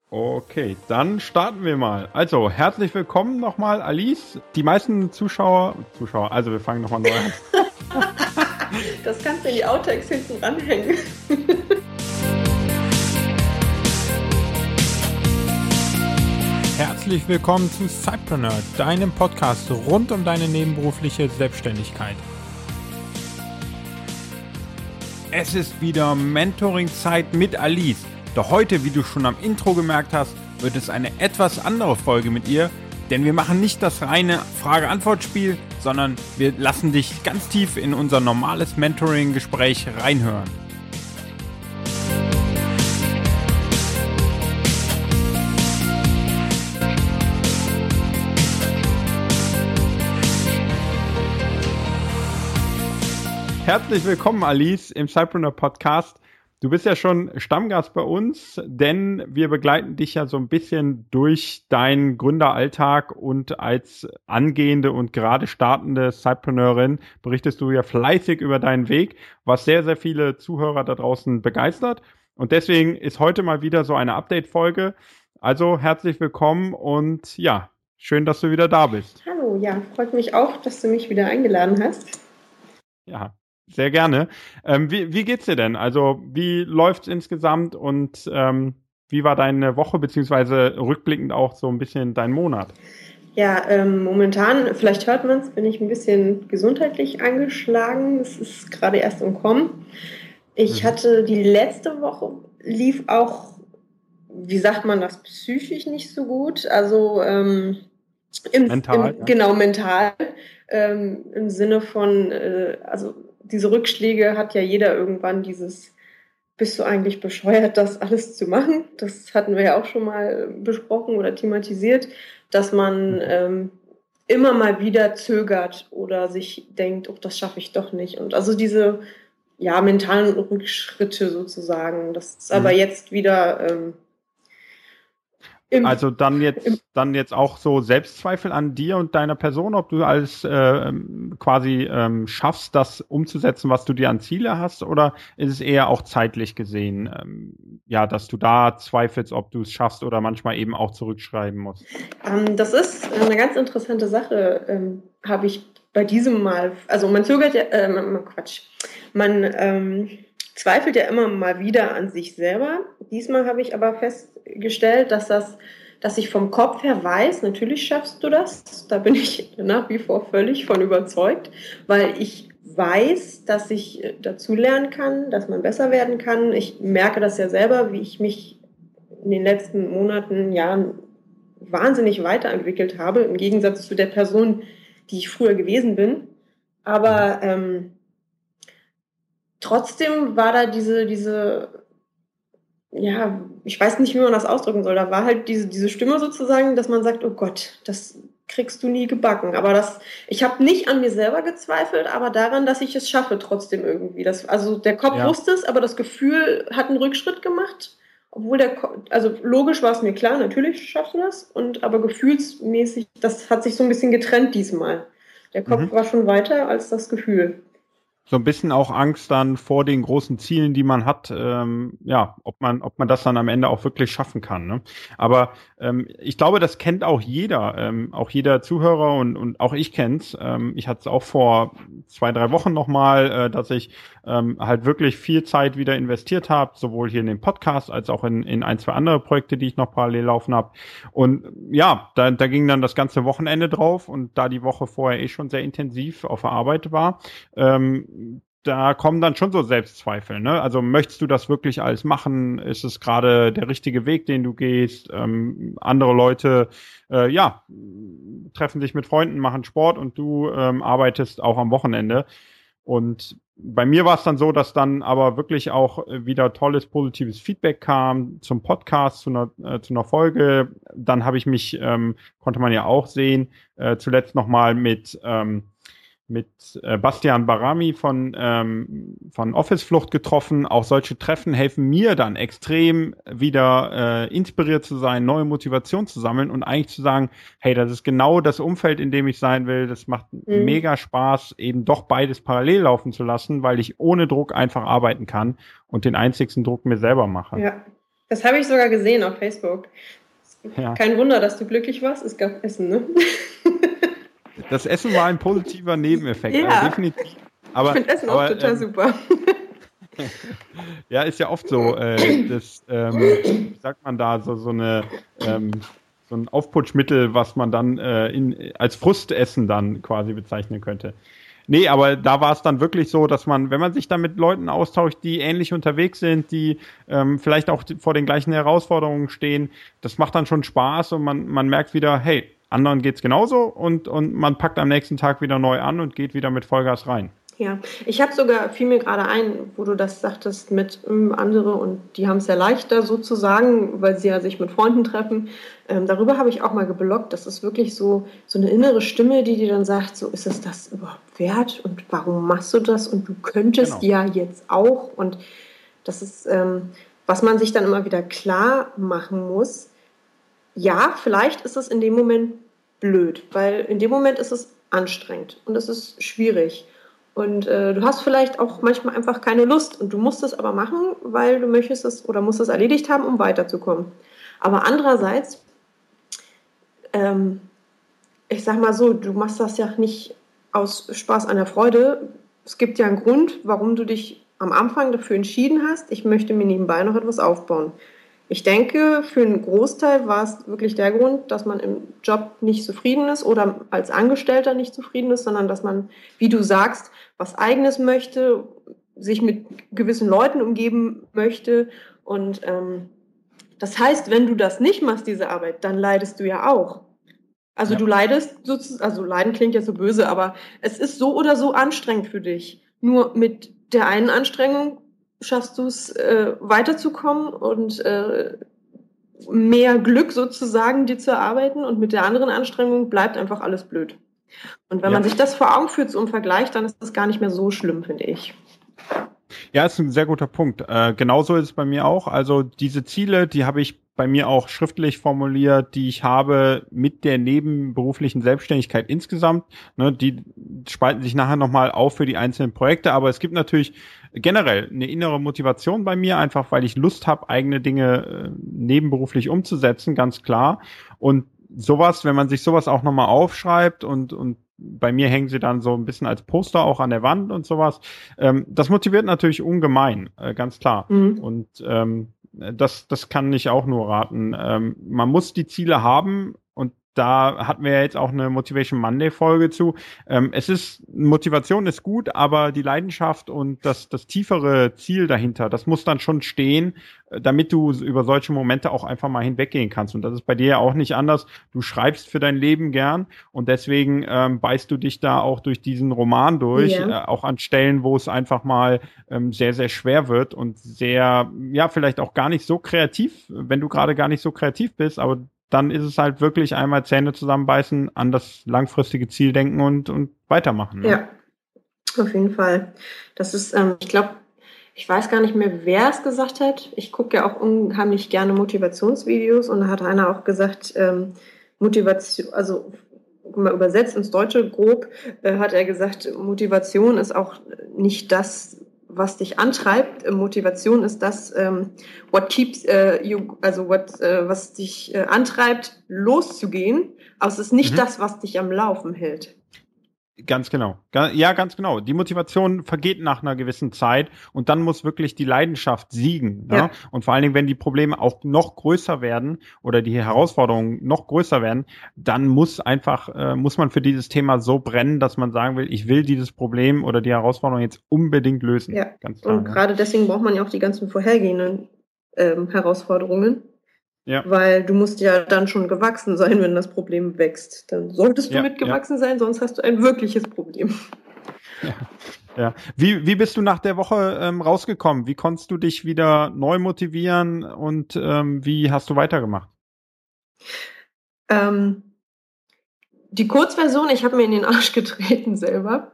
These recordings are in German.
Okay, dann starten wir mal. Also, herzlich willkommen nochmal, Alice. Die meisten Zuschauer, also wir fangen nochmal neu an. Das kannst du in die Outtakes hinten ranhängen. Herzlich willkommen zu Cypreneur, deinem Podcast rund um deine nebenberufliche Selbstständigkeit. Es ist wieder Mentoring-Zeit mit Alice. Doch heute, wie du schon am Intro gemerkt hast, wird es eine etwas andere Folge mit ihr, denn wir machen nicht das reine Frage-Antwort-Spiel, sondern wir lassen dich ganz tief in unser normales Mentoring-Gespräch reinhören. Herzlich willkommen, Alice, im Cypreneur Podcast. Du bist ja schon Stammgast bei uns, denn wir begleiten dich ja so ein bisschen durch deinen Gründeralltag und als angehende und gerade startende Cypreneurin berichtest du ja fleißig über deinen Weg, was sehr, sehr viele Zuhörer da draußen begeistert. Und deswegen ist heute mal wieder so eine Update-Folge. Also herzlich willkommen und ja, schön, dass du wieder da bist. Hallo, ja, freut mich auch, dass du mich wieder eingeladen hast. Ja. Sehr gerne. Wie geht's dir denn? Also wie läuft's insgesamt und wie war deine Woche, beziehungsweise rückblickend auch so ein bisschen dein Monat? Ja, momentan, vielleicht hört man es, bin ich ein bisschen gesundheitlich angeschlagen. Es ist gerade erst im Kommen. Ich hatte die letzte Woche, lief auch, wie sagt man das, psychisch nicht so gut. Also Mental? genau, mental. Im Sinne von, also diese Rückschläge hat ja jeder irgendwann dieses, bist du eigentlich bescheuert, das alles zu machen? Das hatten wir ja auch schon mal besprochen oder thematisiert, dass man immer mal wieder zögert oder sich denkt, oh, das schaffe ich doch nicht. Und also diese, ja, mentalen Rückschritte sozusagen, das ist aber jetzt wieder also dann jetzt auch so Selbstzweifel an dir und deiner Person, ob du alles quasi schaffst, das umzusetzen, was du dir an Ziele hast, oder ist es eher auch zeitlich gesehen, ja, dass du da zweifelst, ob du es schaffst oder manchmal eben auch zurückschreiben musst? Das ist eine ganz interessante Sache, habe ich bei diesem Mal, also man zögert ja, man zweifelt ja immer mal wieder an sich selber. Diesmal habe ich aber festgestellt, dass ich vom Kopf her weiß, natürlich schaffst du das. Da bin ich nach wie vor völlig von überzeugt, weil ich weiß, dass ich dazu lernen kann, dass man besser werden kann. Ich merke das ja selber, wie ich mich in den letzten Monaten, Jahren wahnsinnig weiterentwickelt habe, im Gegensatz zu der Person, die ich früher gewesen bin. Aber trotzdem war da diese, ja, ich weiß nicht, wie man das ausdrücken soll, da war halt diese Stimme sozusagen, dass man sagt, oh Gott, das kriegst du nie gebacken. Aber ich habe nicht an mir selber gezweifelt, aber daran, dass ich es schaffe trotzdem irgendwie. Also der Kopf wusste es, aber das Gefühl hat einen Rückschritt gemacht. Obwohl also logisch war es mir klar, natürlich schaffst du das, aber gefühlsmäßig, das hat sich so ein bisschen getrennt diesmal. Der Kopf war schon weiter als das Gefühl. So ein bisschen auch Angst dann vor den großen Zielen, die man hat, ja, ob man das dann am Ende auch wirklich schaffen kann, ne? Aber ich glaube, das kennt auch jeder Zuhörer und auch ich kenn's. Ich hatte es auch vor 2-3 Wochen nochmal, dass ich halt wirklich viel Zeit wieder investiert habe, sowohl hier in den Podcast als auch in 1-2 andere Projekte, die ich noch parallel laufen habe. Und ja, da ging dann das ganze Wochenende drauf, und da die Woche vorher schon sehr intensiv auf der Arbeit war, da kommen dann schon so Selbstzweifel, ne? Also möchtest du das wirklich alles machen? Ist es gerade der richtige Weg, den du gehst? Andere Leute, ja, treffen sich mit Freunden, machen Sport, und du arbeitest auch am Wochenende. Und bei mir war es dann so, dass dann aber wirklich auch wieder tolles, positives Feedback kam zum Podcast, zu einer Folge. Dann habe ich mich, konnte man ja auch sehen, zuletzt nochmal mit Bastian Barami von Office Flucht getroffen. Auch solche Treffen helfen mir dann extrem, wieder inspiriert zu sein, neue Motivation zu sammeln und eigentlich zu sagen, hey, das ist genau das Umfeld, in dem ich sein will. Das macht mega Spaß, eben doch beides parallel laufen zu lassen, weil ich ohne Druck einfach arbeiten kann und den einzigsten Druck mir selber mache. Ja, Das habe ich sogar gesehen auf Facebook. Ja. Kein Wunder, dass du glücklich warst. Es gab Essen, ne? Das Essen war ein positiver Nebeneffekt, Ja, definitiv. Aber, ich finde Essen auch total super. ja, ist ja oft so, wie sagt man da, so ein Aufputschmittel, was man dann als Frustessen dann quasi bezeichnen könnte. Nee, aber da war es dann wirklich so, dass man, wenn man sich dann mit Leuten austauscht, die ähnlich unterwegs sind, die vielleicht auch vor den gleichen Herausforderungen stehen, das macht dann schon Spaß und man merkt wieder, hey, anderen geht's genauso und man packt am nächsten Tag wieder neu an und geht wieder mit Vollgas rein. Ja, ich habe sogar, fiel mir gerade ein, wo du das sagtest mit andere und die haben es ja leichter sozusagen, weil sie ja sich mit Freunden treffen. Darüber habe ich auch mal gebloggt. Das ist wirklich so eine innere Stimme, die dir dann sagt, so ist es das überhaupt wert und warum machst du das und du könntest ja jetzt auch. Und das ist, was man sich dann immer wieder klar machen muss. Ja, vielleicht ist es in dem Moment blöd, weil in dem Moment ist es anstrengend und es ist schwierig. Und du hast vielleicht auch manchmal einfach keine Lust und du musst es aber machen, weil du möchtest es oder musst es erledigt haben, um weiterzukommen. Aber andererseits, ich sag mal so, du machst das ja nicht aus Spaß an der Freude. Es gibt ja einen Grund, warum du dich am Anfang dafür entschieden hast, ich möchte mir nebenbei noch etwas aufbauen. Ich denke, für einen Großteil war es wirklich der Grund, dass man im Job nicht zufrieden ist oder als Angestellter nicht zufrieden ist, sondern dass man, wie du sagst, was Eigenes möchte, sich mit gewissen Leuten umgeben möchte. Und das heißt, wenn du das nicht machst, diese Arbeit, dann leidest du ja auch. Also du leidest sozusagen, also Leiden klingt ja so böse, aber es ist so oder so anstrengend für dich. Nur mit der einen Anstrengung schaffst du es, weiterzukommen und mehr Glück sozusagen dir zu erarbeiten und mit der anderen Anstrengung bleibt einfach alles blöd. Und wenn man sich das vor Augen führt, so im Vergleich, dann ist das gar nicht mehr so schlimm, finde ich. Ja, ist ein sehr guter Punkt. Genauso ist es bei mir auch. Also diese Ziele, die habe ich bei mir auch schriftlich formuliert, die ich habe mit der nebenberuflichen Selbstständigkeit insgesamt. Ne, die spalten sich nachher nochmal auf für die einzelnen Projekte, aber es gibt natürlich generell eine innere Motivation bei mir, einfach weil ich Lust habe, eigene Dinge nebenberuflich umzusetzen, ganz klar. Und sowas, wenn man sich sowas auch nochmal aufschreibt und bei mir hängen sie dann so ein bisschen als Poster auch an der Wand und sowas. Das motiviert natürlich ungemein, ganz klar. Mhm. Und das kann ich auch nur raten. Man muss die Ziele haben und da hatten wir ja jetzt auch eine Motivation Monday Folge zu. Motivation ist gut, aber die Leidenschaft und das tiefere Ziel dahinter, das muss dann schon stehen, damit du über solche Momente auch einfach mal hinweggehen kannst. Und das ist bei dir ja auch nicht anders. Du schreibst für dein Leben gern und deswegen beißt du dich da auch durch diesen Roman durch, auch an Stellen, wo es einfach mal sehr, sehr schwer wird und sehr, ja, vielleicht auch gar nicht so kreativ, wenn du gerade gar nicht so kreativ bist, aber dann ist es halt wirklich einmal Zähne zusammenbeißen, an das langfristige Ziel denken und weitermachen. Ne? Ja, auf jeden Fall. Das ist, ich glaube, ich weiß gar nicht mehr, wer es gesagt hat. Ich gucke ja auch unheimlich gerne Motivationsvideos und da hat einer auch gesagt, Motivation, also mal übersetzt ins Deutsche grob, hat er gesagt, Motivation ist auch nicht das, was dich antreibt. Motivation ist das, what keeps you, also was dich antreibt, loszugehen. Aber es ist nicht das, was dich am Laufen hält. Ganz genau. Ja, ganz genau. Die Motivation vergeht nach einer gewissen Zeit und dann muss wirklich die Leidenschaft siegen. Ne? Ja. Und vor allen Dingen, wenn die Probleme auch noch größer werden oder die Herausforderungen noch größer werden, dann muss man für dieses Thema so brennen, dass man sagen will, ich will dieses Problem oder die Herausforderung jetzt unbedingt lösen. Ja. Ganz klar. Und gerade deswegen braucht man ja auch die ganzen vorhergehenden Herausforderungen. Ja. Weil du musst ja dann schon gewachsen sein, wenn das Problem wächst. Dann solltest du mitgewachsen sein, sonst hast du ein wirkliches Problem. Ja. Wie bist du nach der Woche rausgekommen? Wie konntest du dich wieder neu motivieren und wie hast du weitergemacht? Die Kurzversion, ich habe mir in den Arsch getreten selber.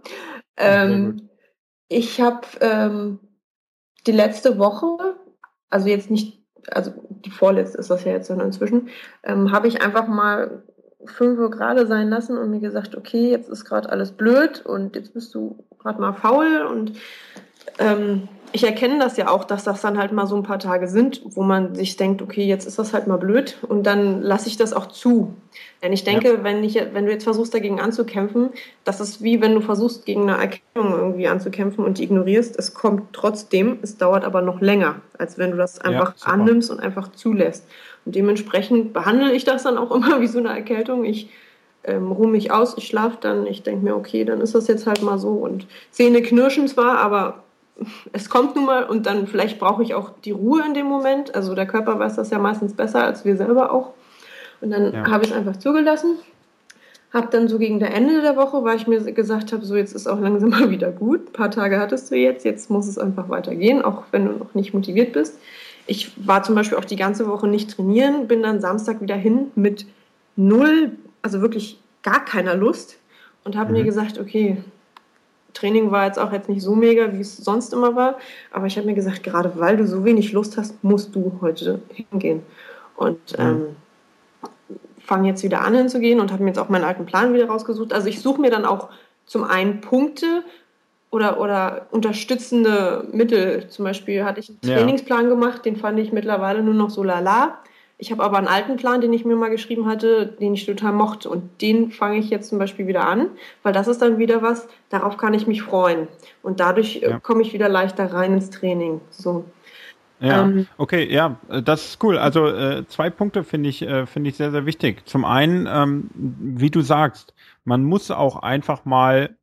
Ich habe die letzte Woche, also jetzt nicht, also die vorletzte ist das ja jetzt, sondern inzwischen, habe ich einfach mal 5 Uhr gerade sein lassen und mir gesagt, okay, jetzt ist gerade alles blöd und jetzt bist du gerade mal faul und ich erkenne das ja auch, dass das dann halt mal so ein paar Tage sind, wo man sich denkt, okay, jetzt ist das halt mal blöd und dann lasse ich das auch zu. Denn ich denke, wenn du jetzt versuchst, dagegen anzukämpfen, das ist wie wenn du versuchst, gegen eine Erkennung irgendwie anzukämpfen und die ignorierst. Es kommt trotzdem, es dauert aber noch länger, als wenn du das einfach annimmst und einfach zulässt. Und dementsprechend behandle ich das dann auch immer wie so eine Erkältung. Ich ruhe mich aus, ich schlafe dann, ich denke mir, okay, dann ist das jetzt halt mal so und Zähne knirschen zwar, aber es kommt nun mal und dann vielleicht brauche ich auch die Ruhe in dem Moment. Also der Körper weiß das ja meistens besser als wir selber auch. Und dann habe ich es einfach zugelassen. Habe dann so gegen der Ende der Woche, weil ich mir gesagt habe, so jetzt ist auch langsam mal wieder gut. Ein paar Tage hattest du jetzt muss es einfach weitergehen, auch wenn du noch nicht motiviert bist. Ich war zum Beispiel auch die ganze Woche nicht trainieren, bin dann Samstag wieder hin mit null, also wirklich gar keiner Lust und habe mir gesagt, okay, Training war jetzt auch nicht so mega, wie es sonst immer war, aber ich habe mir gesagt, gerade weil du so wenig Lust hast, musst du heute hingehen. Und fange jetzt wieder an hinzugehen und habe mir jetzt auch meinen alten Plan wieder rausgesucht. Also ich suche mir dann auch zum einen Punkte oder unterstützende Mittel. Zum Beispiel hatte ich einen Trainingsplan gemacht, den fand ich mittlerweile nur noch so lala. Ich habe aber einen alten Plan, den ich mir mal geschrieben hatte, den ich total mochte. Und den fange ich jetzt zum Beispiel wieder an, weil das ist dann wieder was, darauf kann ich mich freuen. Und dadurch komme ich wieder leichter rein ins Training. So. Ja, okay, ja, das ist cool. Also 2 Punkte finde ich sehr, sehr wichtig. Zum einen, wie du sagst, man muss auch einfach mal,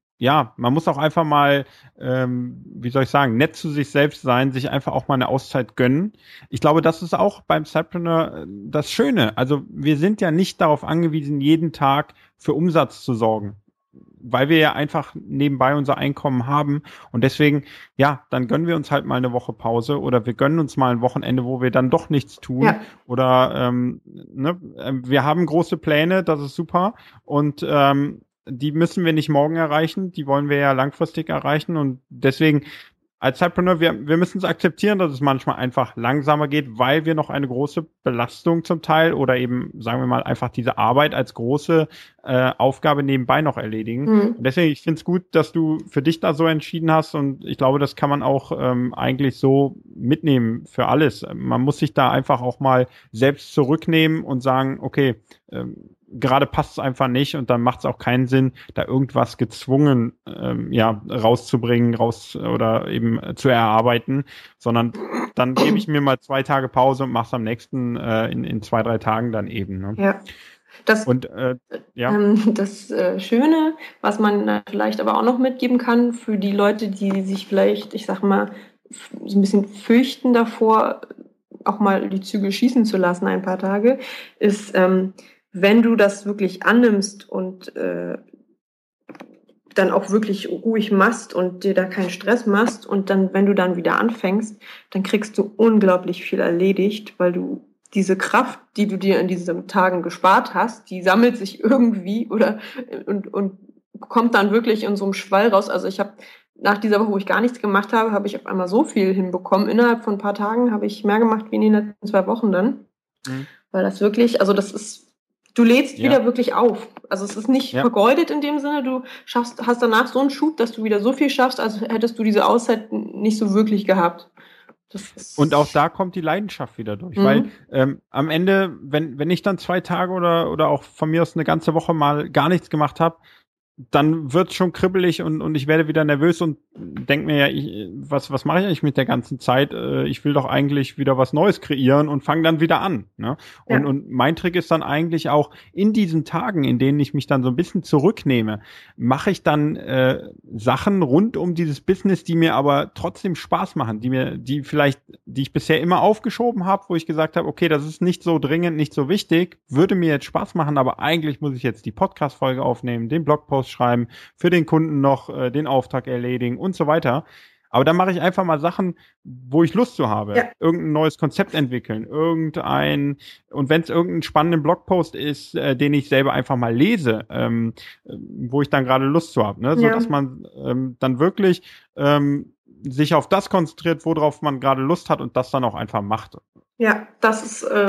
wie soll ich sagen, nett zu sich selbst sein, sich einfach auch mal eine Auszeit gönnen. Ich glaube, das ist auch beim Cypreneur das Schöne. Also wir sind ja nicht darauf angewiesen, jeden Tag für Umsatz zu sorgen, weil wir ja einfach nebenbei unser Einkommen haben und deswegen, dann gönnen wir uns halt mal eine Woche Pause oder wir gönnen uns mal ein Wochenende, wo wir dann doch nichts tun oder wir haben große Pläne, das ist super und die müssen wir nicht morgen erreichen, die wollen wir ja langfristig erreichen und deswegen als Cypreneur, wir müssen es akzeptieren, dass es manchmal einfach langsamer geht, weil wir noch eine große Belastung zum Teil oder eben, sagen wir mal, einfach diese Arbeit als große Aufgabe nebenbei noch erledigen. Und deswegen, ich finde es gut, dass du für dich da so entschieden hast und ich glaube, das kann man auch eigentlich so mitnehmen für alles. Man muss sich da einfach auch mal selbst zurücknehmen und sagen, okay, gerade passt es einfach nicht und dann macht es auch keinen Sinn, da irgendwas gezwungen rauszubringen, oder eben zu erarbeiten, sondern dann gebe ich mir mal 2 Tage Pause und mache es am nächsten in 2, 3 Tagen dann eben. Ne? Ja. Das Schöne, was man vielleicht aber auch noch mitgeben kann für die Leute, die sich vielleicht, ich sag mal, so ein bisschen fürchten davor, auch mal die Zügel schießen zu lassen ein paar Tage, ist, wenn du das wirklich annimmst und dann auch wirklich ruhig machst und dir da keinen Stress machst und dann, wenn du dann wieder anfängst, dann kriegst du unglaublich viel erledigt, weil du diese Kraft, die du dir in diesen Tagen gespart hast, die sammelt sich irgendwie und kommt dann wirklich in so einem Schwall raus. Also ich habe nach dieser Woche, wo ich gar nichts gemacht habe, habe ich auf einmal so viel hinbekommen. Innerhalb von ein paar Tagen habe ich mehr gemacht wie in den letzten 2 Wochen dann. Weil das wirklich, also das ist, du lädst wieder wirklich auf. Also es ist nicht vergeudet in dem Sinne, du hast danach so einen Schub, dass du wieder so viel schaffst, als hättest du diese Auszeit nicht so wirklich gehabt. Und auch da kommt die Leidenschaft wieder durch, weil am Ende, wenn ich dann 2 Tage oder auch von mir aus eine ganze Woche mal gar nichts gemacht habe, dann wird's schon kribbelig und ich werde wieder nervös und denke mir was mache ich eigentlich mit der ganzen Zeit? Ich will doch eigentlich wieder was Neues kreieren und fange dann wieder an. Ne? Und mein Trick ist dann eigentlich auch in diesen Tagen, in denen ich mich dann so ein bisschen zurücknehme, mache ich dann Sachen rund um dieses Business, die mir aber trotzdem Spaß machen, die ich bisher immer aufgeschoben habe, wo ich gesagt habe, okay, das ist nicht so dringend, nicht so wichtig, würde mir jetzt Spaß machen, aber eigentlich muss ich jetzt die Podcast-Folge aufnehmen, den Blogpost schreiben, für den Kunden noch den Auftrag erledigen und so weiter. Aber dann mache ich einfach mal Sachen, wo ich Lust zu habe. Ja. Irgendein neues Konzept entwickeln, und wenn es irgendein spannender Blogpost ist, den ich selber einfach mal lese, wo ich dann gerade Lust zu habe, ne? So dass man dann wirklich sich auf das konzentriert, worauf man gerade Lust hat und das dann auch einfach macht. Ja, das ist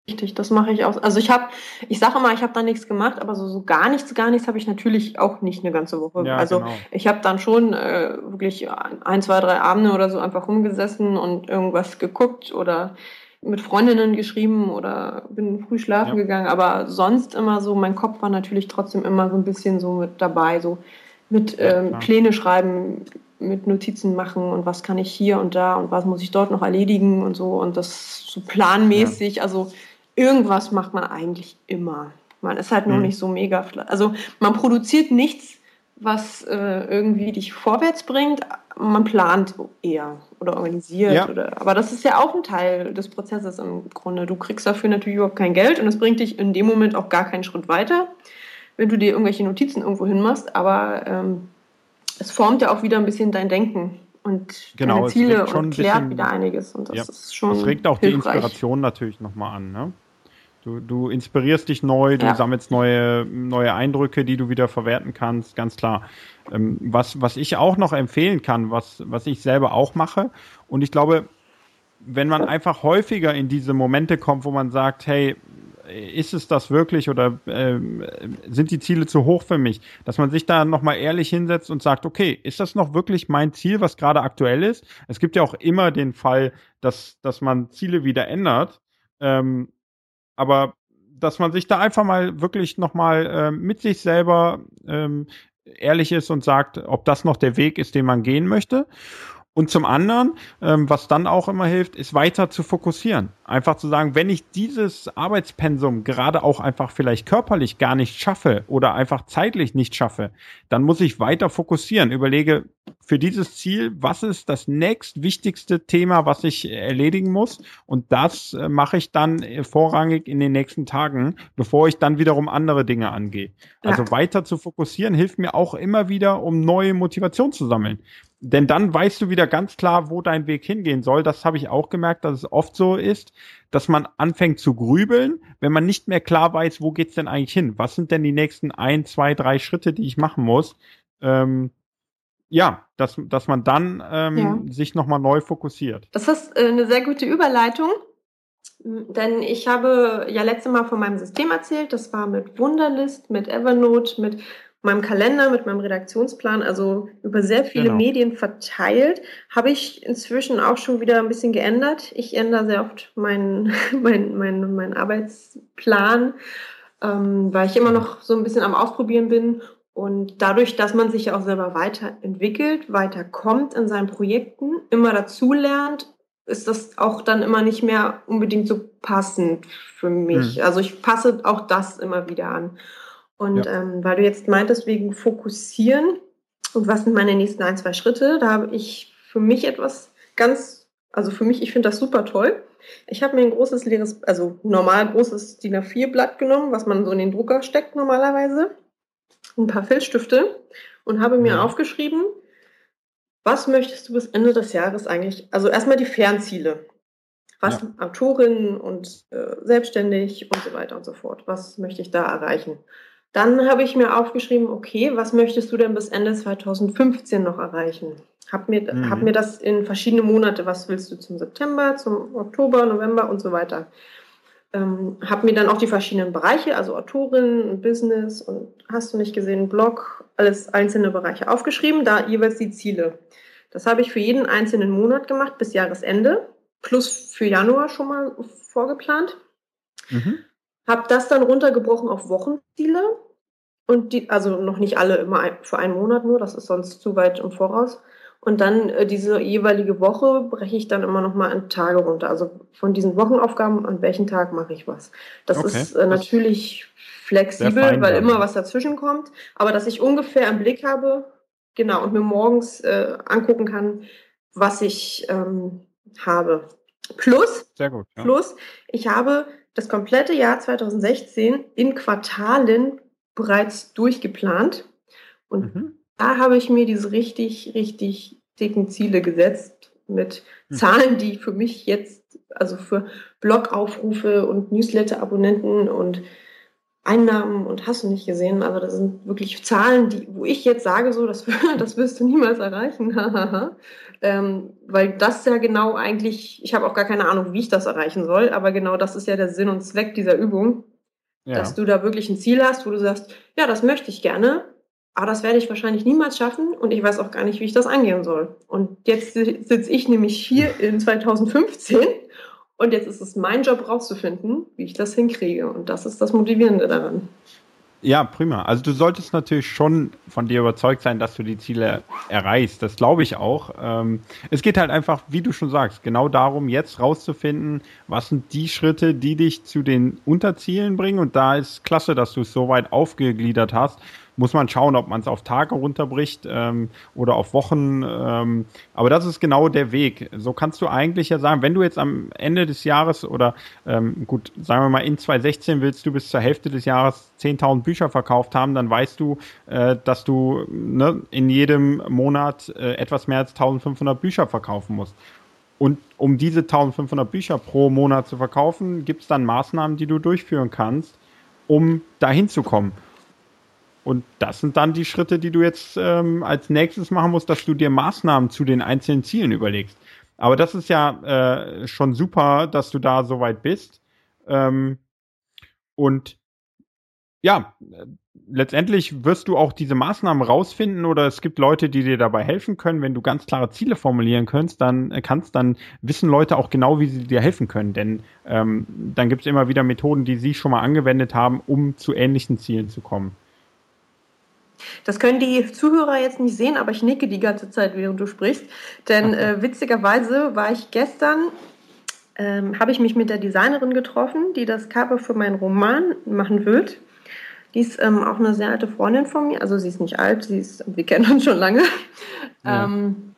Richtig, das mache ich auch. Also ich sage immer, ich habe da nichts gemacht, aber so gar nichts habe ich natürlich auch nicht eine ganze Woche. Ja, Also genau. ich habe dann schon wirklich 1, 2, 3 Abende oder so einfach rumgesessen und irgendwas geguckt oder mit Freundinnen geschrieben oder bin früh schlafen Ja, gegangen. Aber sonst immer so, mein Kopf war natürlich trotzdem immer so ein bisschen so mit dabei, so mit ja, klar. Pläne schreiben, mit Notizen machen und was kann ich hier und da und was muss ich dort noch erledigen und so und das so Ja. planmäßig. Also irgendwas macht man eigentlich immer. Man ist halt noch Hm. nicht so mega. Also man produziert nichts, was irgendwie dich vorwärts bringt. Man plant eher oder organisiert. Ja, Oder, aber das ist ja auch ein Teil des Prozesses im Grunde. Du kriegst dafür natürlich überhaupt kein Geld und es bringt dich in dem Moment auch gar keinen Schritt weiter, wenn du dir irgendwelche Notizen irgendwo hinmachst. Aber es formt ja auch wieder ein bisschen dein Denken und deine genau, es Ziele regt schon und ein klärt wieder bisschen, einiges. Und ja, das ist es schon regt auch die hilfreich. Inspiration natürlich nochmal an, ne? Du inspirierst dich neu, du Ja. sammelst neue Eindrücke, die du wieder verwerten kannst, ganz klar. Was ich auch noch empfehlen kann, was ich selber auch mache, und ich glaube, wenn man einfach häufiger in diese Momente kommt, wo man sagt, hey, ist es das wirklich oder sind die Ziele zu hoch für mich, dass man sich da nochmal ehrlich hinsetzt und sagt, okay, ist das noch wirklich mein Ziel, was gerade aktuell ist? Es gibt ja auch immer den Fall, dass man Ziele wieder ändert. Aber dass man sich da einfach mal wirklich nochmal mit sich selber ehrlich ist und sagt, ob das noch der Weg ist, den man gehen möchte. Und zum anderen, was dann auch immer hilft, ist weiter zu fokussieren. Einfach zu sagen, wenn ich dieses Arbeitspensum gerade auch einfach vielleicht körperlich gar nicht schaffe oder einfach zeitlich nicht schaffe, dann muss ich weiter fokussieren. Überlege für dieses Ziel, was ist das nächstwichtigste Thema, was ich erledigen muss? Und das mache ich dann vorrangig in den nächsten Tagen, bevor ich dann wiederum andere Dinge angehe. Ja, Also weiter zu fokussieren hilft mir auch immer wieder, um neue Motivation zu sammeln. Denn dann weißt du wieder ganz klar, wo dein Weg hingehen soll. Das habe ich auch gemerkt, dass es oft so ist, dass man anfängt zu grübeln, wenn man nicht mehr klar weiß, wo geht's denn eigentlich hin? Was sind denn die nächsten 1, 2, 3 Schritte, die ich machen muss? Ähm, ja, dass man dann ja. sich nochmal neu fokussiert. Das ist eine sehr gute Überleitung, denn ich habe ja letztes Mal von meinem System erzählt. Das war mit Wunderlist, mit Evernote, mit meinem Kalender, mit meinem Redaktionsplan, also über sehr viele Genau. Medien verteilt. Habe ich inzwischen auch schon wieder ein bisschen geändert. Ich ändere sehr oft meinen mein Arbeitsplan, weil ich immer Mhm. noch so ein bisschen am Ausprobieren bin. Und dadurch, dass man sich ja auch selber weiterentwickelt, weiterkommt in seinen Projekten, immer dazulernt, ist das auch dann immer nicht mehr unbedingt so passend für Mhm. mich. Also ich passe auch das immer wieder an. Und Ja. weil du jetzt meintest, wegen Fokussieren und was sind meine nächsten 1, 2 Schritte, da habe ich für mich etwas also für mich, ich finde das super toll. Ich habe mir ein großes leeres, also normal großes DIN A4-Blatt genommen, was man so in den Drucker steckt normalerweise, ein paar Filzstifte und habe mir Mhm. aufgeschrieben, was möchtest du bis Ende des Jahres eigentlich, also erstmal die Fernziele, was Ja. Autorin und selbstständig und so weiter und so fort, was möchte ich da erreichen? Dann habe ich mir aufgeschrieben, okay, was möchtest du denn bis Ende 2015 noch erreichen? Hab mir Mhm. das in verschiedene Monate, was willst du zum September, zum Oktober, November und so weiter. Habe mir dann auch die verschiedenen Bereiche, also Autorin, Business und hast du nicht gesehen, Blog, alles einzelne Bereiche aufgeschrieben, da jeweils die Ziele. Das habe ich für jeden einzelnen Monat gemacht bis Jahresende, plus für Januar schon mal vorgeplant. Mhm. Habe das dann runtergebrochen auf Wochenziele und die, also noch nicht alle immer für einen Monat nur, das ist sonst zu weit im Voraus. Und dann diese jeweilige Woche breche ich dann immer noch mal in Tage runter. Also von diesen Wochenaufgaben, an welchen Tag mache ich was. Das Okay. ist Das ist natürlich sehr flexibel, fein weil dann, immer ja. was dazwischen kommt. Aber dass ich ungefähr im Blick habe, genau, und mir morgens angucken kann, was ich habe. Plus, Sehr gut, ja. plus, ich habe das komplette Jahr 2016 in Quartalen bereits durchgeplant. Und Mhm. da habe ich mir diese richtig, richtig dicken Ziele gesetzt mit Hm. Zahlen, die für mich jetzt, also für Blogaufrufe und Newsletter-Abonnenten und Einnahmen und hast du nicht gesehen. Also das sind wirklich Zahlen, wo ich jetzt sage, so, das wirst du niemals erreichen. Weil das ja genau eigentlich, ich habe auch gar keine Ahnung, wie ich das erreichen soll, aber genau das ist ja der Sinn und Zweck dieser Übung, dass du da wirklich ein Ziel hast, wo du sagst, ja, das möchte ich gerne, aber das werde ich wahrscheinlich niemals schaffen und ich weiß auch gar nicht, wie ich das angehen soll. Und jetzt sitze ich nämlich hier in 2015 und jetzt ist es mein Job rauszufinden, wie ich das hinkriege. Und das ist das Motivierende daran. Ja, prima. Also du solltest natürlich schon von dir überzeugt sein, dass du die Ziele erreichst. Das glaube ich auch. Es geht halt einfach, wie du schon sagst, genau darum, jetzt rauszufinden, was sind die Schritte, die dich zu den Unterzielen bringen. Und da ist klasse, dass du es so weit aufgegliedert hast. Muss man schauen, ob man es auf Tage runterbricht oder auf Wochen. Aber das ist genau der Weg. So kannst du eigentlich ja sagen, wenn du jetzt am Ende des Jahres oder gut, sagen wir mal in 2016 willst du bis zur Hälfte des Jahres 10.000 Bücher verkauft haben, dann weißt du, dass du in jedem Monat etwas mehr als 1.500 Bücher verkaufen musst. Und um diese 1.500 Bücher pro Monat zu verkaufen, gibt es dann Maßnahmen, die du durchführen kannst, um dahin zu kommen. Und das sind dann die Schritte, die du jetzt als nächstes machen musst, dass du dir Maßnahmen zu den einzelnen Zielen überlegst. Aber das ist ja schon super, dass du da so weit bist. Und ja, letztendlich wirst du auch diese Maßnahmen rausfinden oder es gibt Leute, die dir dabei helfen können. Wenn du ganz klare Ziele formulieren kannst, dann wissen Leute auch genau, wie sie dir helfen können. Denn dann gibt es immer wieder Methoden, die sie schon mal angewendet haben, um zu ähnlichen Zielen zu kommen. Das können die Zuhörer jetzt nicht sehen, aber ich nicke die ganze Zeit, während du sprichst. Denn witzigerweise war ich gestern, habe ich mich mit der Designerin getroffen, die das Cover für meinen Roman machen wird. Die ist auch eine sehr alte Freundin von mir. Also sie ist nicht alt, wir kennen uns schon lange. Ja.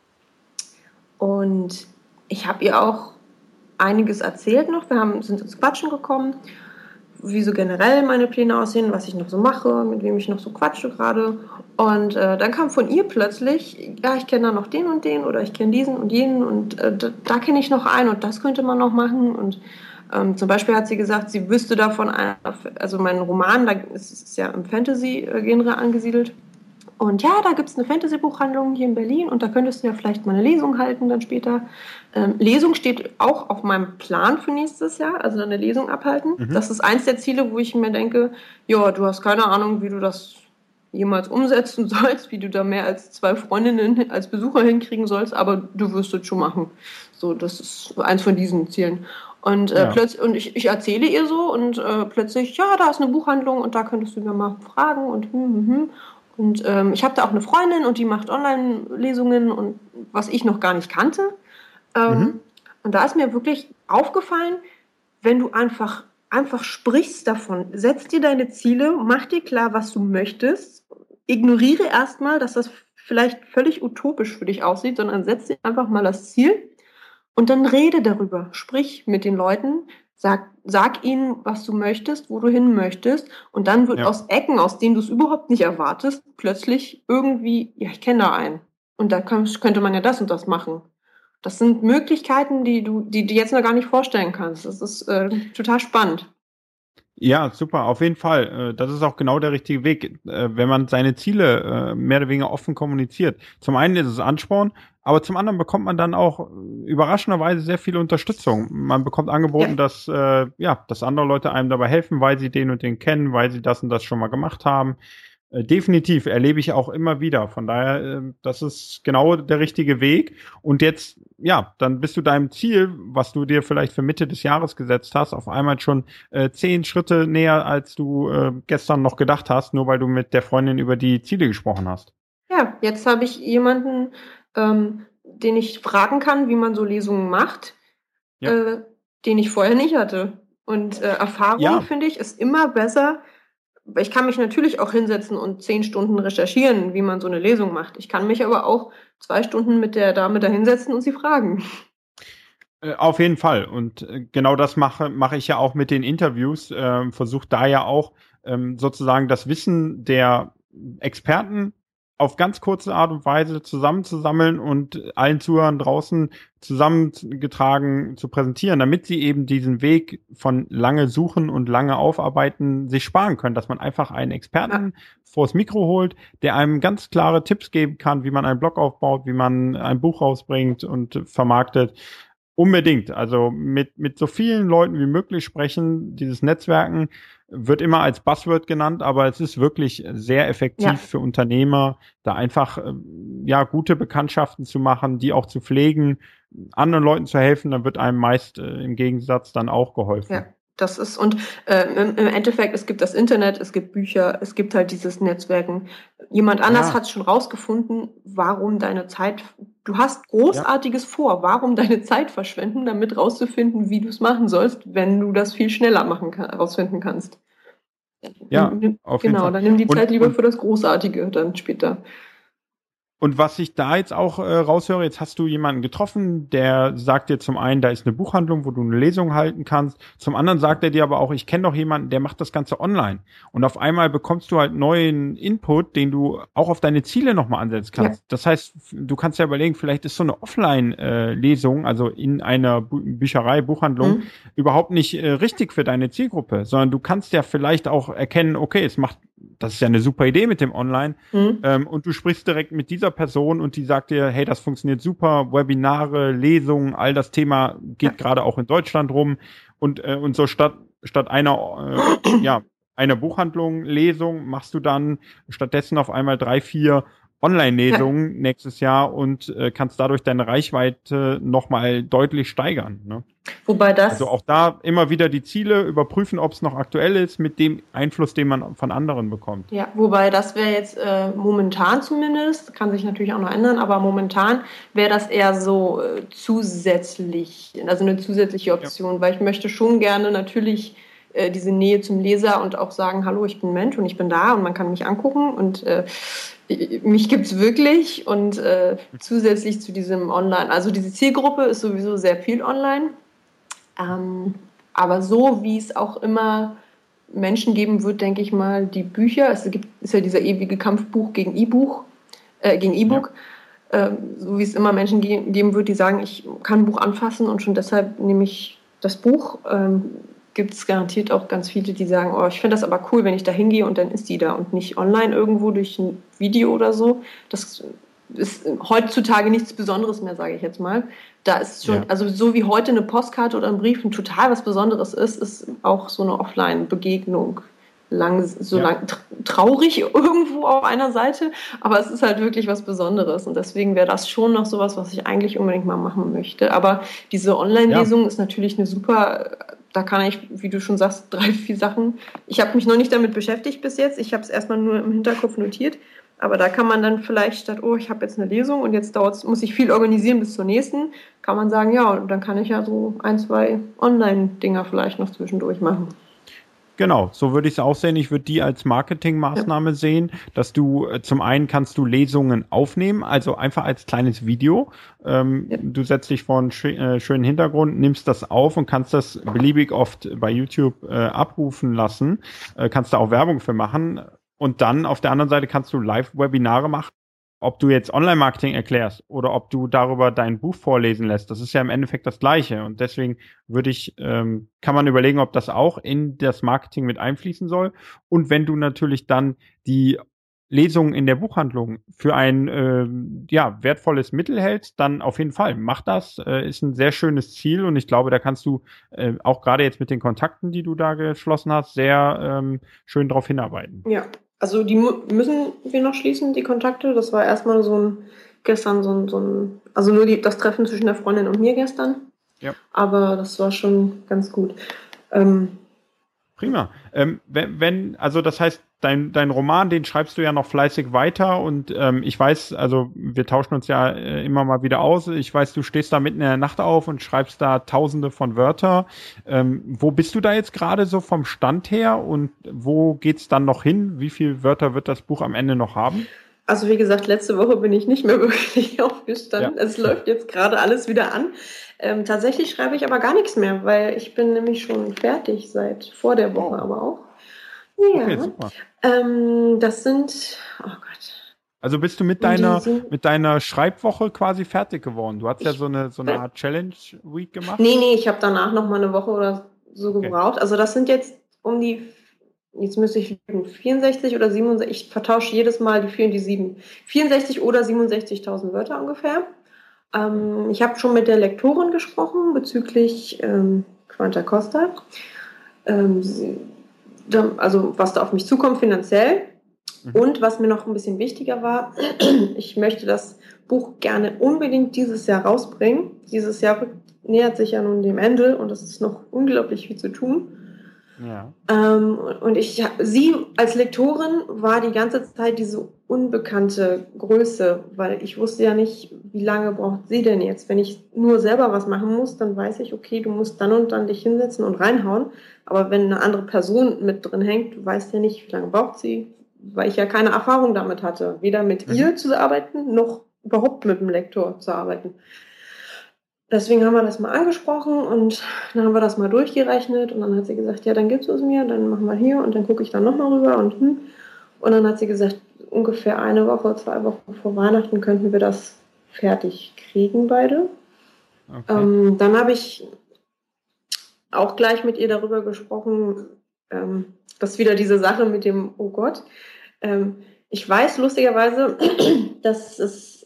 Und ich habe ihr auch einiges erzählt noch. Sind ins Quatschen gekommen, wie so generell meine Pläne aussehen, was ich noch so mache, mit wem ich noch so quatsche gerade. Und dann kam von ihr plötzlich, ja, ich kenne da noch den und den oder ich kenne diesen und jenen und da kenne ich noch einen und das könnte man noch machen. Und zum Beispiel hat sie gesagt, sie wüsste davon, also mein Roman, da ist es ja im Fantasy-Genre angesiedelt. Und ja, da gibt es eine Fantasy-Buchhandlung hier in Berlin und da könntest du ja vielleicht mal eine Lesung halten dann später. Lesung steht auch auf meinem Plan für nächstes Jahr, also eine Lesung abhalten. Mhm. Das ist eins der Ziele, wo ich mir denke, ja, du hast keine Ahnung, wie du das jemals umsetzen sollst, wie du da mehr als 2 Freundinnen als Besucher hinkriegen sollst, aber du wirst es schon machen. So, das ist eins von diesen Zielen. Und plötzlich, und ich erzähle ihr so und plötzlich, ja, da ist eine Buchhandlung und da könntest du mir mal fragen und Und ich habe da auch eine Freundin und die macht Online-Lesungen und was ich noch gar nicht kannte. Und da ist mir wirklich aufgefallen, wenn du einfach sprichst davon, setz dir deine Ziele, mach dir klar, was du möchtest, ignoriere erstmal, dass das vielleicht völlig utopisch für dich aussieht, sondern setz dir einfach mal das Ziel und dann rede darüber, sprich mit den Leuten, sag ihnen, was du möchtest, wo du hin möchtest und dann wird aus Ecken, aus denen du es überhaupt nicht erwartest, plötzlich irgendwie, ja, ich kenne da einen und da könnte man ja das und das machen. Das sind Möglichkeiten, die du jetzt noch gar nicht vorstellen kannst. Das ist total spannend. Ja, super, auf jeden Fall. Das ist auch genau der richtige Weg, wenn man seine Ziele mehr oder weniger offen kommuniziert. Zum einen ist es Ansporn, aber zum anderen bekommt man dann auch überraschenderweise sehr viele Unterstützung. Man bekommt angeboten, dass andere Leute einem dabei helfen, weil sie den und den kennen, weil sie das und das schon mal gemacht haben. Definitiv erlebe ich auch immer wieder. Von daher, das ist genau der richtige Weg. Und jetzt, ja, dann bist du deinem Ziel, was du dir vielleicht für Mitte des Jahres gesetzt hast, auf einmal schon 10 Schritte näher, als du gestern noch gedacht hast, nur weil du mit der Freundin über die Ziele gesprochen hast. Ja, jetzt habe ich jemanden, den ich fragen kann, wie man so Lesungen macht, den ich vorher nicht hatte. Und Erfahrung, finde ich, ist immer besser. Ich kann mich natürlich auch hinsetzen und 10 Stunden recherchieren, wie man so eine Lesung macht. Ich kann mich aber auch 2 Stunden mit der Dame da hinsetzen und sie fragen. Auf jeden Fall. Und genau das mache ich ja auch mit den Interviews. Versuche da ja auch sozusagen das Wissen der Experten auf ganz kurze Art und Weise zusammenzusammeln und allen Zuhörern draußen zusammengetragen zu präsentieren, damit sie eben diesen Weg von lange suchen und lange aufarbeiten sich sparen können, dass man einfach einen Experten vors Mikro holt, der einem ganz klare Tipps geben kann, wie man einen Blog aufbaut, wie man ein Buch rausbringt und vermarktet. Unbedingt. Also mit so vielen Leuten wie möglich sprechen. Dieses Netzwerken wird immer als Buzzword genannt, aber es ist wirklich sehr effektiv für Unternehmer, da einfach gute Bekanntschaften zu machen, die auch zu pflegen, anderen Leuten zu helfen, dann wird einem meist im Gegensatz dann auch geholfen. Ja. Das ist, und im Endeffekt, es gibt das Internet, es gibt Bücher, es gibt halt dieses Netzwerken. Jemand anders hat schon rausgefunden, warum deine Zeit, du hast Großartiges vor, warum deine Zeit verschwenden, damit rauszufinden, wie du es machen sollst, wenn du das viel schneller rausfinden kannst. Ja, auf jeden Fall. Dann nimm die Zeit lieber für das Großartige dann später. Und was ich da jetzt auch raushöre, jetzt hast du jemanden getroffen, der sagt dir zum einen, da ist eine Buchhandlung, wo du eine Lesung halten kannst. Zum anderen sagt er dir aber auch, ich kenne doch jemanden, der macht das Ganze online. Und auf einmal bekommst du halt neuen Input, den du auch auf deine Ziele nochmal ansetzen kannst. Ja. Das heißt, du kannst ja überlegen, vielleicht ist so eine Offline-Lesung, also in einer Bücherei, Buchhandlung, überhaupt nicht richtig für deine Zielgruppe, sondern du kannst ja vielleicht auch erkennen, okay, das ist ja eine super Idee mit dem Online. Und du sprichst direkt mit dieser Person und die sagt dir, hey, das funktioniert super, Webinare, Lesungen, all das Thema geht gerade auch in Deutschland rum. Und so statt einer Buchhandlung, Lesung, machst du dann stattdessen auf einmal 3, 4 Online-Lesungen nächstes Jahr und kannst dadurch deine Reichweite nochmal deutlich steigern. Ne? Wobei das... Also auch da immer wieder die Ziele überprüfen, ob es noch aktuell ist mit dem Einfluss, den man von anderen bekommt. Ja, wobei das wäre jetzt momentan zumindest, kann sich natürlich auch noch ändern, aber momentan wäre das eher so zusätzlich, also eine zusätzliche Option, weil ich möchte schon gerne natürlich diese Nähe zum Leser und auch sagen, hallo, ich bin Mensch und ich bin da und man kann mich angucken und mich gibt's wirklich und zusätzlich zu diesem Online, also diese Zielgruppe ist sowieso sehr viel online, aber so wie es auch immer Menschen geben wird, denke ich mal, die Bücher, ist ja dieser ewige Kampfbuch gegen E-Book, so wie es immer Menschen geben wird, die sagen, ich kann ein Buch anfassen und schon deshalb nehme ich das Buch, gibt es garantiert auch ganz viele, die sagen, oh, ich finde das aber cool, wenn ich da hingehe und dann ist die da und nicht online irgendwo durch ein Video oder so. Das ist heutzutage nichts Besonderes mehr, sage ich jetzt mal. Da ist schon, also so wie heute eine Postkarte oder ein Brief ein total was Besonderes ist auch so eine Offline-Begegnung lang traurig irgendwo auf einer Seite, aber es ist halt wirklich was Besonderes und deswegen wäre das schon noch sowas, was ich eigentlich unbedingt mal machen möchte. Aber diese Online-Lesung ist natürlich eine super, da kann ich, wie du schon sagst, 3, 4 Sachen. Ich habe mich noch nicht damit beschäftigt bis jetzt, ich habe es erstmal nur im Hinterkopf notiert, aber da kann man dann vielleicht statt, oh, ich habe jetzt eine Lesung und jetzt muss ich viel organisieren bis zur nächsten, kann man sagen, ja, und dann kann ich ja so 1, 2 Online-Dinger vielleicht noch zwischendurch machen. Genau, so würde ich es auch sehen. Ich würde die als Marketingmaßnahme sehen, dass du zum einen kannst du Lesungen aufnehmen, also einfach als kleines Video. Du setzt dich vor einen schönen Hintergrund, nimmst das auf und kannst das beliebig oft bei YouTube abrufen lassen. Kannst da auch Werbung für machen. Und dann auf der anderen Seite kannst du Live-Webinare machen. Ob du jetzt Online-Marketing erklärst oder ob du darüber dein Buch vorlesen lässt, das ist ja im Endeffekt das Gleiche. Und deswegen kann man überlegen, ob das auch in das Marketing mit einfließen soll. Und wenn du natürlich dann die Lesungen in der Buchhandlung für ein wertvolles Mittel hältst, dann auf jeden Fall. Mach das, ist ein sehr schönes Ziel und ich glaube, da kannst du auch gerade jetzt mit den Kontakten, die du da geschlossen hast, sehr schön drauf hinarbeiten. Ja. Also die müssen wir noch schließen, die Kontakte. Das war erstmal also nur das Treffen zwischen der Freundin und mir gestern. Ja. Aber das war schon ganz gut. Prima. Also das heißt, dein Roman, den schreibst du ja noch fleißig weiter und ich weiß, also wir tauschen uns ja immer mal wieder aus. Ich weiß, du stehst da mitten in der Nacht auf und schreibst da Tausende von Wörter. Wo bist du da jetzt gerade so vom Stand her und wo geht's dann noch hin? Wie viele Wörter wird das Buch am Ende noch haben? Also wie gesagt, letzte Woche bin ich nicht mehr wirklich aufgestanden. Ja. Es läuft jetzt gerade alles wieder an. Tatsächlich schreibe ich aber gar nichts mehr, weil ich bin nämlich schon fertig seit vor der Woche aber auch. Ja. Okay, super. Das sind, oh Gott, Also bist du mit deiner Schreibwoche quasi fertig geworden? Du hast ja so eine Art Challenge Week gemacht. Nee, ich habe danach noch mal eine Woche oder so Okay. gebraucht. Also das sind jetzt jetzt müsste ich lügen, 64 oder 67, ich vertausche jedes Mal die 4 und die 7. 64 oder 67.000 Wörter ungefähr. Ich habe schon mit der Lektorin gesprochen bezüglich Quanta Costa. Also was da auf mich zukommt finanziell. Und was mir noch ein bisschen wichtiger war, ich möchte das Buch gerne unbedingt dieses Jahr rausbringen. Dieses Jahr nähert sich ja nun dem Ende und es ist noch unglaublich viel zu tun. Ja. Und sie als Lektorin war die ganze Zeit diese unbekannte Größe, weil ich wusste ja nicht, wie lange braucht sie denn jetzt. Wenn ich nur selber was machen muss, dann weiß ich, okay, du musst dann und dann dich hinsetzen und reinhauen. Aber wenn eine andere Person mit drin hängt, du weißt ja nicht, wie lange braucht sie, weil ich ja keine Erfahrung damit hatte, weder mit ihr zu arbeiten, noch überhaupt mit dem Lektor zu arbeiten. Deswegen haben wir das mal angesprochen und dann haben wir das mal durchgerechnet und dann hat sie gesagt, ja, dann gibst du es mir, dann machen wir hier und dann gucke ich dann nochmal rüber und dann hat sie gesagt, ungefähr 1 Woche, 2 Wochen vor Weihnachten könnten wir das fertig kriegen, beide. Okay. Dann habe ich auch gleich mit ihr darüber gesprochen, das ist wieder diese Sache mit dem, oh Gott. Ich weiß lustigerweise, dass es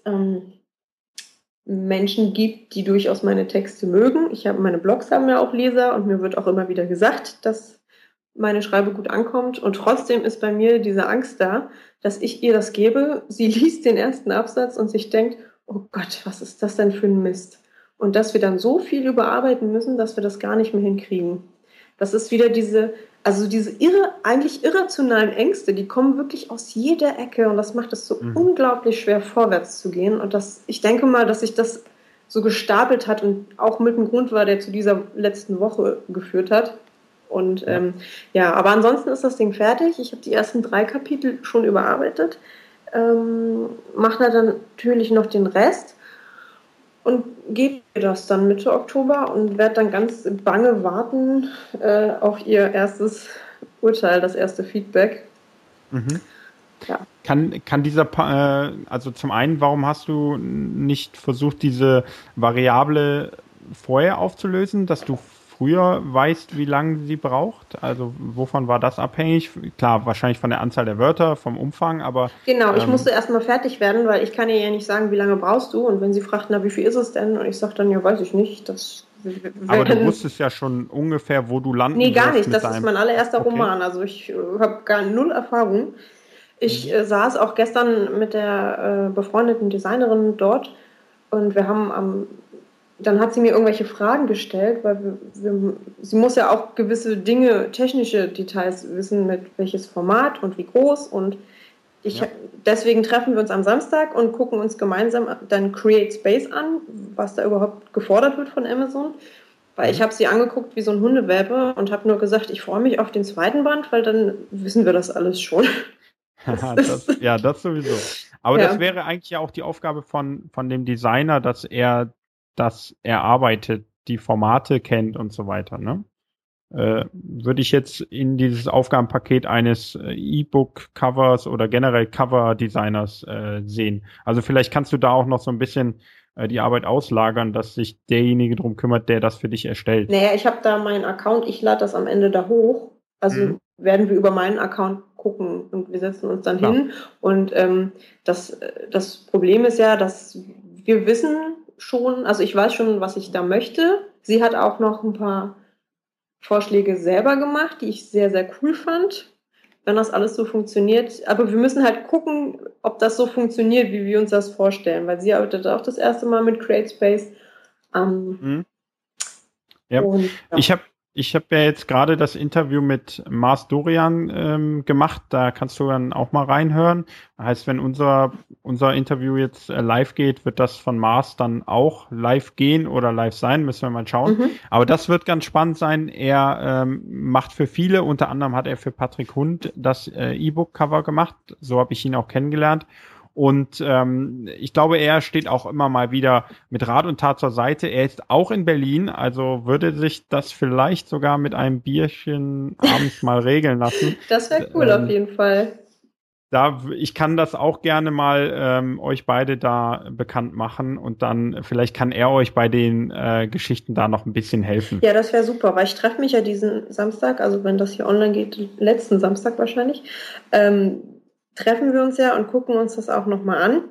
Menschen gibt, die durchaus meine Texte mögen. Meine Blogs haben ja auch Leser und mir wird auch immer wieder gesagt, dass meine Schreibe gut ankommt. Und trotzdem ist bei mir diese Angst da, dass ich ihr das gebe. Sie liest den ersten Absatz und sich denkt, oh Gott, was ist das denn für ein Mist? Und dass wir dann so viel überarbeiten müssen, dass wir das gar nicht mehr hinkriegen. Das ist wieder diese eigentlich irrationalen Ängste, die kommen wirklich aus jeder Ecke und das macht es so unglaublich schwer, vorwärts zu gehen. Und ich denke mal, dass sich das so gestapelt hat und auch mit dem Grund war, der zu dieser letzten Woche geführt hat. Und aber ansonsten ist das Ding fertig. Ich habe die ersten 3 Kapitel schon überarbeitet, mache da dann natürlich noch den Rest und gebe ihr das dann Mitte Oktober und werde dann ganz bange warten auf ihr erstes Urteil, das erste Feedback. Ja. Kann dieser, also zum einen, warum hast du nicht versucht, diese Variable vorher aufzulösen, dass du früher weißt, wie lange sie braucht? Also wovon war das abhängig? Klar, wahrscheinlich von der Anzahl der Wörter, vom Umfang, aber... Genau, ich musste erstmal fertig werden, weil ich kann ihr ja nicht sagen, wie lange brauchst du? Und wenn sie fragt, na, wie viel ist es denn? Und ich sage dann, ja, weiß ich nicht. Aber du wusstest ja schon ungefähr, wo du landen wirst. Nee, gar nicht. Das ist mein allererster Roman. Also ich habe gar 0 Erfahrung. Ich saß auch gestern mit der befreundeten Designerin dort und wir haben dann hat sie mir irgendwelche Fragen gestellt, weil sie muss ja auch gewisse Dinge, technische Details wissen, mit welches Format und wie groß und deswegen treffen wir uns am Samstag und gucken uns gemeinsam dann Create Space an, was da überhaupt gefordert wird von Amazon, weil ich habe sie angeguckt wie so ein Hundewelpe und habe nur gesagt, ich freue mich auf den 2. Band, weil dann wissen wir das alles schon. Das sowieso. Aber das wäre eigentlich ja auch die Aufgabe von dem Designer, dass er das erarbeitet, die Formate kennt und so weiter, ne? Würde ich jetzt in dieses Aufgabenpaket eines E-Book-Covers oder generell Cover-Designers sehen. Also vielleicht kannst du da auch noch so ein bisschen die Arbeit auslagern, dass sich derjenige drum kümmert, der das für dich erstellt. Naja, ich habe da meinen Account, ich lade das am Ende da hoch. Also werden wir über meinen Account gucken und wir setzen uns dann hin. Und das Problem ist ja, dass wir wissen schon, also ich weiß schon, was ich da möchte. Sie hat auch noch ein paar Vorschläge selber gemacht, die ich sehr, sehr cool fand, wenn das alles so funktioniert. Aber wir müssen halt gucken, ob das so funktioniert, wie wir uns das vorstellen, weil sie arbeitet auch das erste Mal mit CreateSpace. Ich habe ja jetzt gerade das Interview mit Mars Dorian gemacht, da kannst du dann auch mal reinhören. Das heißt, wenn unser Interview jetzt live geht, wird das von Mars dann auch live gehen oder live sein, müssen wir mal schauen. Aber das wird ganz spannend sein. Er macht für viele, unter anderem hat er für Patrick Hund das E-Book-Cover gemacht, so habe ich ihn auch kennengelernt. Und ich glaube, er steht auch immer mal wieder mit Rat und Tat zur Seite. Er ist auch in Berlin, also würde sich das vielleicht sogar mit einem Bierchen abends mal regeln lassen. Das wäre cool auf jeden Fall. ich kann das auch gerne mal euch beide da bekannt machen und dann vielleicht kann er euch bei den Geschichten da noch ein bisschen helfen. Ja, das wäre super, weil ich treffe mich ja diesen Samstag, also wenn das hier online geht, letzten Samstag wahrscheinlich, treffen wir uns ja und gucken uns das auch nochmal an.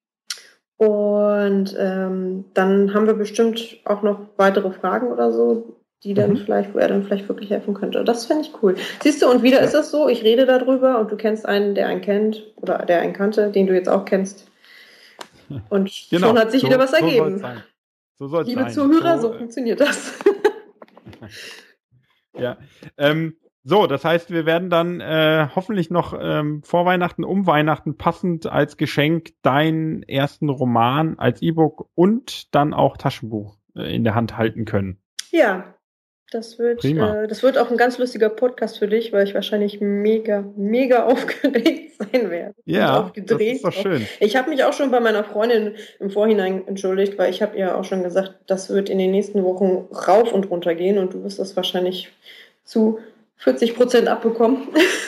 Und dann haben wir bestimmt auch noch weitere Fragen oder so, die dann vielleicht, wo er dann vielleicht wirklich helfen könnte. Das fände ich cool. Siehst du, und wieder ist das so, ich rede darüber und du kennst einen, der einen kennt oder der einen kannte, den du jetzt auch kennst. Und schon hat sich wieder was ergeben. So soll's Liebe sein. Zuhörer, so funktioniert das. Ja, so, das heißt, wir werden dann hoffentlich noch vor Weihnachten, um Weihnachten passend als Geschenk deinen ersten Roman als E-Book und dann auch Taschenbuch in der Hand halten können. Ja, das wird auch ein ganz lustiger Podcast für dich, weil ich wahrscheinlich mega, mega aufgeregt sein werde. Ja, das ist doch schön. Ich habe mich auch schon bei meiner Freundin im Vorhinein entschuldigt, weil ich habe ihr auch schon gesagt, das wird in den nächsten Wochen rauf und runter gehen und du wirst das wahrscheinlich zu 40% abbekommen.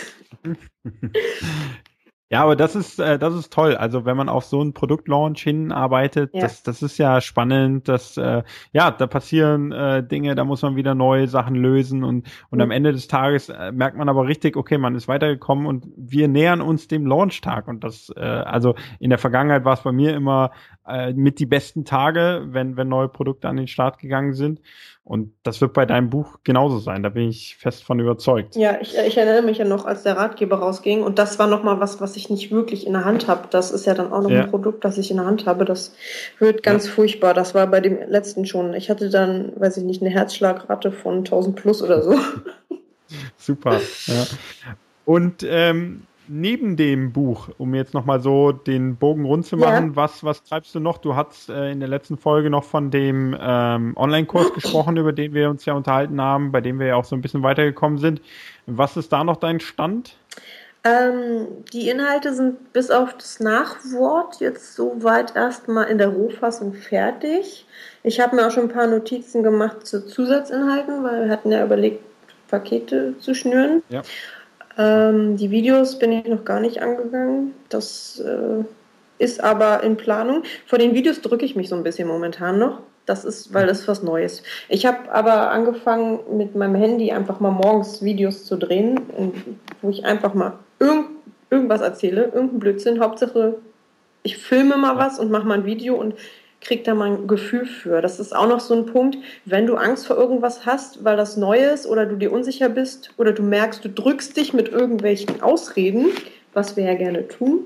Ja, aber das ist toll. Also wenn man auf so einen Produktlaunch hinarbeitet, das ist ja spannend. Da passieren Dinge, da muss man wieder neue Sachen lösen und am Ende des Tages merkt man aber richtig, okay, man ist weitergekommen und wir nähern uns dem Launchtag. Und also in der Vergangenheit war es bei mir immer mit die besten Tage, wenn neue Produkte an den Start gegangen sind. Und das wird bei deinem Buch genauso sein. Da bin ich fest von überzeugt. Ja, ich erinnere mich ja noch, als der Ratgeber rausging. Und das war nochmal was ich nicht wirklich in der Hand habe. Das ist ja dann auch noch ein Produkt, das ich in der Hand habe. Das wird ganz furchtbar. Das war bei dem letzten schon. Ich hatte dann, weiß ich nicht, eine Herzschlagrate von 1000 plus oder so. Super. Ja. Und neben dem Buch, um jetzt nochmal so den Bogen rund zu machen, was treibst du noch? Du hast in der letzten Folge noch von dem Online-Kurs gesprochen, über den wir uns ja unterhalten haben, bei dem wir ja auch so ein bisschen weitergekommen sind. Was ist da noch dein Stand? Die Inhalte sind bis auf das Nachwort jetzt soweit erstmal in der Rohfassung fertig. Ich habe mir auch schon ein paar Notizen gemacht zu Zusatzinhalten, weil wir hatten ja überlegt, Pakete zu schnüren. Ja. Die Videos bin ich noch gar nicht angegangen. Das ist aber in Planung. Vor den Videos drücke ich mich so ein bisschen momentan noch. Das ist, weil das was Neues. Ich habe aber angefangen, mit meinem Handy einfach mal morgens Videos zu drehen, wo ich einfach mal irgendwas erzähle, irgendein Blödsinn. Hauptsache, ich filme mal was und mache mal ein Video und krieg da mal ein Gefühl für. Das ist auch noch so ein Punkt, wenn du Angst vor irgendwas hast, weil das neu ist oder du dir unsicher bist oder du merkst, du drückst dich mit irgendwelchen Ausreden, was wir ja gerne tun,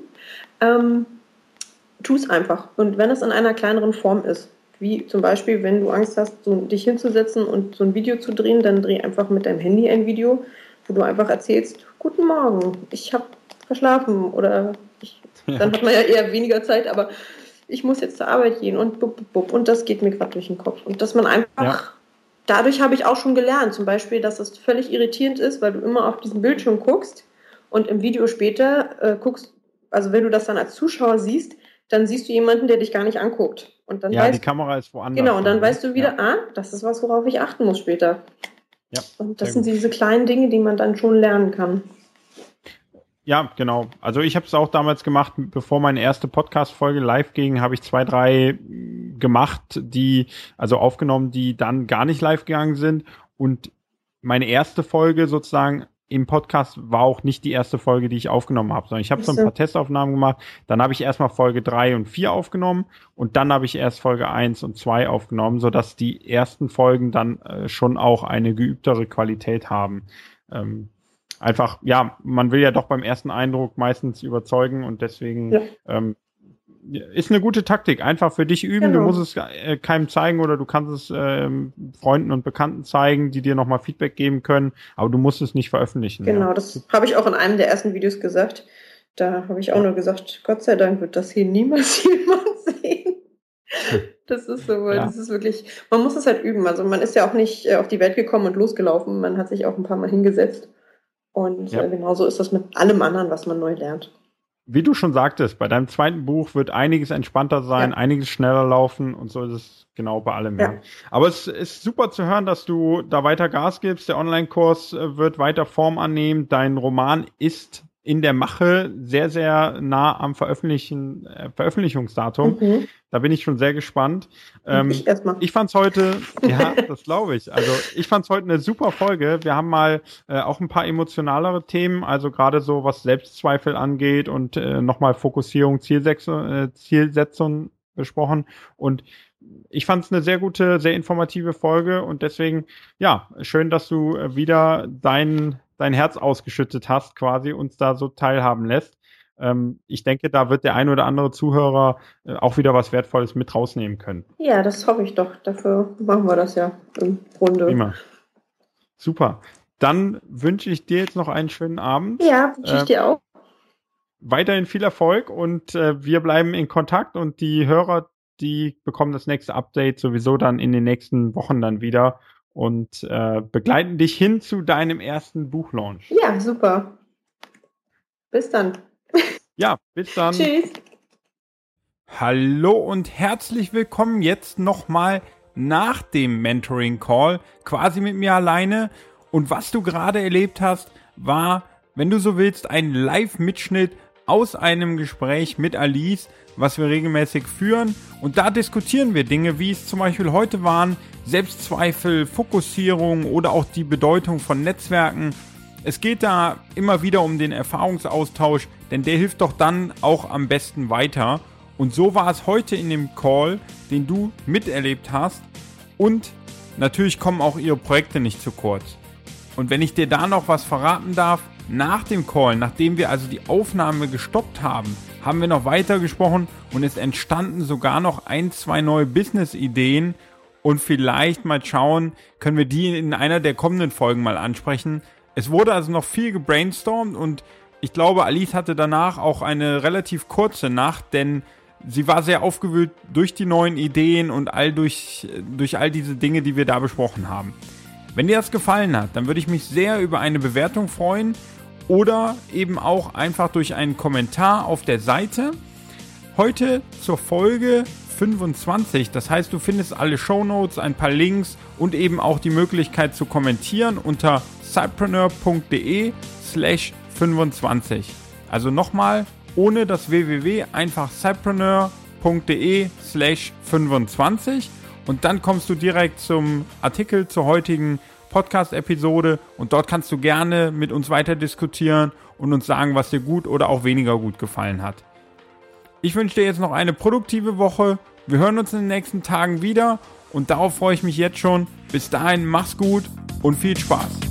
tu es einfach. Und wenn es in einer kleineren Form ist, wie zum Beispiel, wenn du Angst hast, so dich hinzusetzen und so ein Video zu drehen, dann dreh einfach mit deinem Handy ein Video, wo du einfach erzählst, guten Morgen, ich habe verschlafen oder dann hat man ja eher weniger Zeit, aber ich muss jetzt zur Arbeit gehen und und das geht mir gerade durch den Kopf. Und dass man einfach, dadurch habe ich auch schon gelernt, zum Beispiel, dass es völlig irritierend ist, weil du immer auf diesen Bildschirm guckst und im Video später guckst, also wenn du das dann als Zuschauer siehst, dann siehst du jemanden, der dich gar nicht anguckt. Und dann die Kamera ist woanders. Genau, und dann weißt du wieder, das ist was, worauf ich achten muss später. Ja, und das sind diese kleinen Dinge, die man dann schon lernen kann. Ja, genau. Also ich habe es auch damals gemacht, bevor meine erste Podcast-Folge live ging, habe ich 2, 3 gemacht, aufgenommen, die dann gar nicht live gegangen sind. Und meine erste Folge sozusagen im Podcast war auch nicht die erste Folge, die ich aufgenommen habe, sondern ich habe so ein paar Testaufnahmen gemacht. Dann habe ich erstmal Folge 3 und 4 aufgenommen und dann habe ich erst Folge 1 und 2 aufgenommen, sodass die ersten Folgen dann schon auch eine geübtere Qualität haben. Einfach, man will ja doch beim ersten Eindruck meistens überzeugen und deswegen ist eine gute Taktik. Einfach für dich üben. Genau. Du musst es keinem zeigen oder du kannst es Freunden und Bekannten zeigen, die dir nochmal Feedback geben können, aber du musst es nicht veröffentlichen. Genau, das habe ich auch in einem der ersten Videos gesagt. Da habe ich auch nur gesagt, Gott sei Dank wird das hier niemals jemand sehen. Das ist so, das ist wirklich, man muss es halt üben. Also man ist ja auch nicht auf die Welt gekommen und losgelaufen. Man hat sich auch ein paar Mal hingesetzt. Und genauso ist das mit allem anderen, was man neu lernt. Wie du schon sagtest, bei deinem zweiten Buch wird einiges entspannter sein, einiges schneller laufen und so ist es genau bei allem. Ja. Aber es ist super zu hören, dass du da weiter Gas gibst. Der Online-Kurs wird weiter Form annehmen. Dein Roman ist in der Mache, sehr, sehr nah am Veröffentlichungsdatum. Mhm. Da bin ich schon sehr gespannt. Ich fand's heute, ja, das glaube ich. Also ich fand's heute eine super Folge. Wir haben mal auch ein paar emotionalere Themen, also gerade so, was Selbstzweifel angeht und nochmal Fokussierung, Zielsetzung besprochen. Und ich fand es eine sehr gute, sehr informative Folge und deswegen, ja, schön, dass du wieder dein Herz ausgeschüttet hast, quasi uns da so teilhaben lässt. Ich denke, da wird der ein oder andere Zuhörer auch wieder was Wertvolles mit rausnehmen können. Ja, das hoffe ich doch. Dafür machen wir das ja im Grunde. Prima. Super. Dann wünsche ich dir jetzt noch einen schönen Abend. Ja, wünsche ich dir auch. Weiterhin viel Erfolg und wir bleiben in Kontakt und die Hörer, die bekommen das nächste Update sowieso dann in den nächsten Wochen dann wieder und begleiten dich hin zu deinem ersten Buchlaunch. Ja, super. Bis dann. Ja, bis dann. Tschüss. Hallo und herzlich willkommen jetzt nochmal nach dem Mentoring-Call, quasi mit mir alleine. Und was du gerade erlebt hast, war, wenn du so willst, ein Live-Mitschnitt aus einem Gespräch mit Alice, was wir regelmäßig führen. Und da diskutieren wir Dinge, wie es zum Beispiel heute waren, Selbstzweifel, Fokussierung oder auch die Bedeutung von Netzwerken. Es geht da immer wieder um den Erfahrungsaustausch, denn der hilft doch dann auch am besten weiter. Und so war es heute in dem Call, den du miterlebt hast. Und natürlich kommen auch ihre Projekte nicht zu kurz. Und wenn ich dir da noch was verraten darf, nach dem Call, nachdem wir also die Aufnahme gestoppt haben, haben wir noch weiter gesprochen und es entstanden sogar noch 1-2 neue Business-Ideen und vielleicht mal schauen, können wir die in einer der kommenden Folgen mal ansprechen. Es wurde also noch viel gebrainstormt und ich glaube, Alice hatte danach auch eine relativ kurze Nacht, denn sie war sehr aufgewühlt durch die neuen Ideen und durch all diese Dinge, die wir da besprochen haben. Wenn dir das gefallen hat, dann würde ich mich sehr über eine Bewertung freuen oder eben auch einfach durch einen Kommentar auf der Seite. Heute zur Folge 25, das heißt, du findest alle Shownotes, ein paar Links und eben auch die Möglichkeit zu kommentieren unter cypreneur.de/25. Also nochmal, ohne das www, einfach cypreneur.de/25 und dann kommst du direkt zum Artikel zur heutigen Podcast-Episode und dort kannst du gerne mit uns weiter diskutieren und uns sagen, was dir gut oder auch weniger gut gefallen hat. Ich wünsche dir jetzt noch eine produktive Woche. Wir hören uns in den nächsten Tagen wieder und darauf freue ich mich jetzt schon. Bis dahin, mach's gut und viel Spaß.